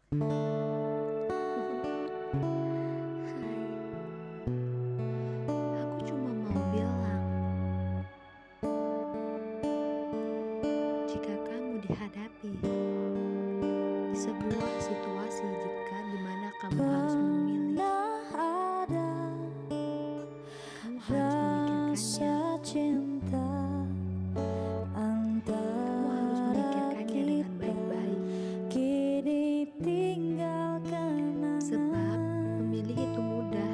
Aku cuma mau bilang, jika kamu dihadapi di sebuah situasi di mana kamu harus memilih, kamu harus memikirkannya. Kamu harus memikirkannya dengan baik-baik. Sebab memilih itu mudah.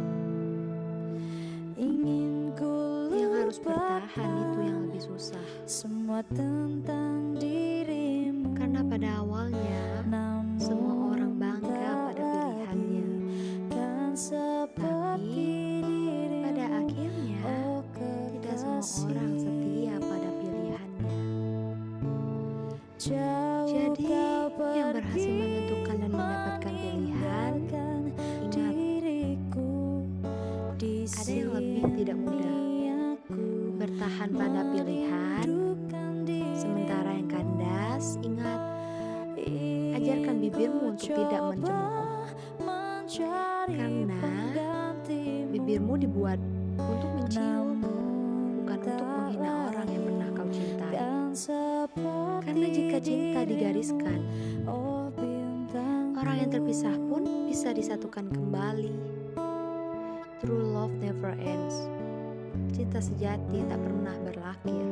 Yang harus bertahan itu yang lebih susah. Semua tentang dirimu. Karena pada awalnya semua orang bangga pada pilihannya, tapi pada akhirnya tidak semua orang setia pada pilihannya. Jadi yang berhasil menentukan dan mendapatkan pilihan, ingat, ada yang lebih tidak mudah bertahan pada pilihan. Sementara yang kandas, ingat, ajarkan bibirmu untuk tidak mencemooh. Karena bibirmu dibuat untuk mencium, bukan untuk menghina orang yang pernah kau cintai. Karena jika cinta digariskan, orang yang terpisah pun bisa disatukan kembali. True love never ends. Cinta sejati tak pernah berakhir.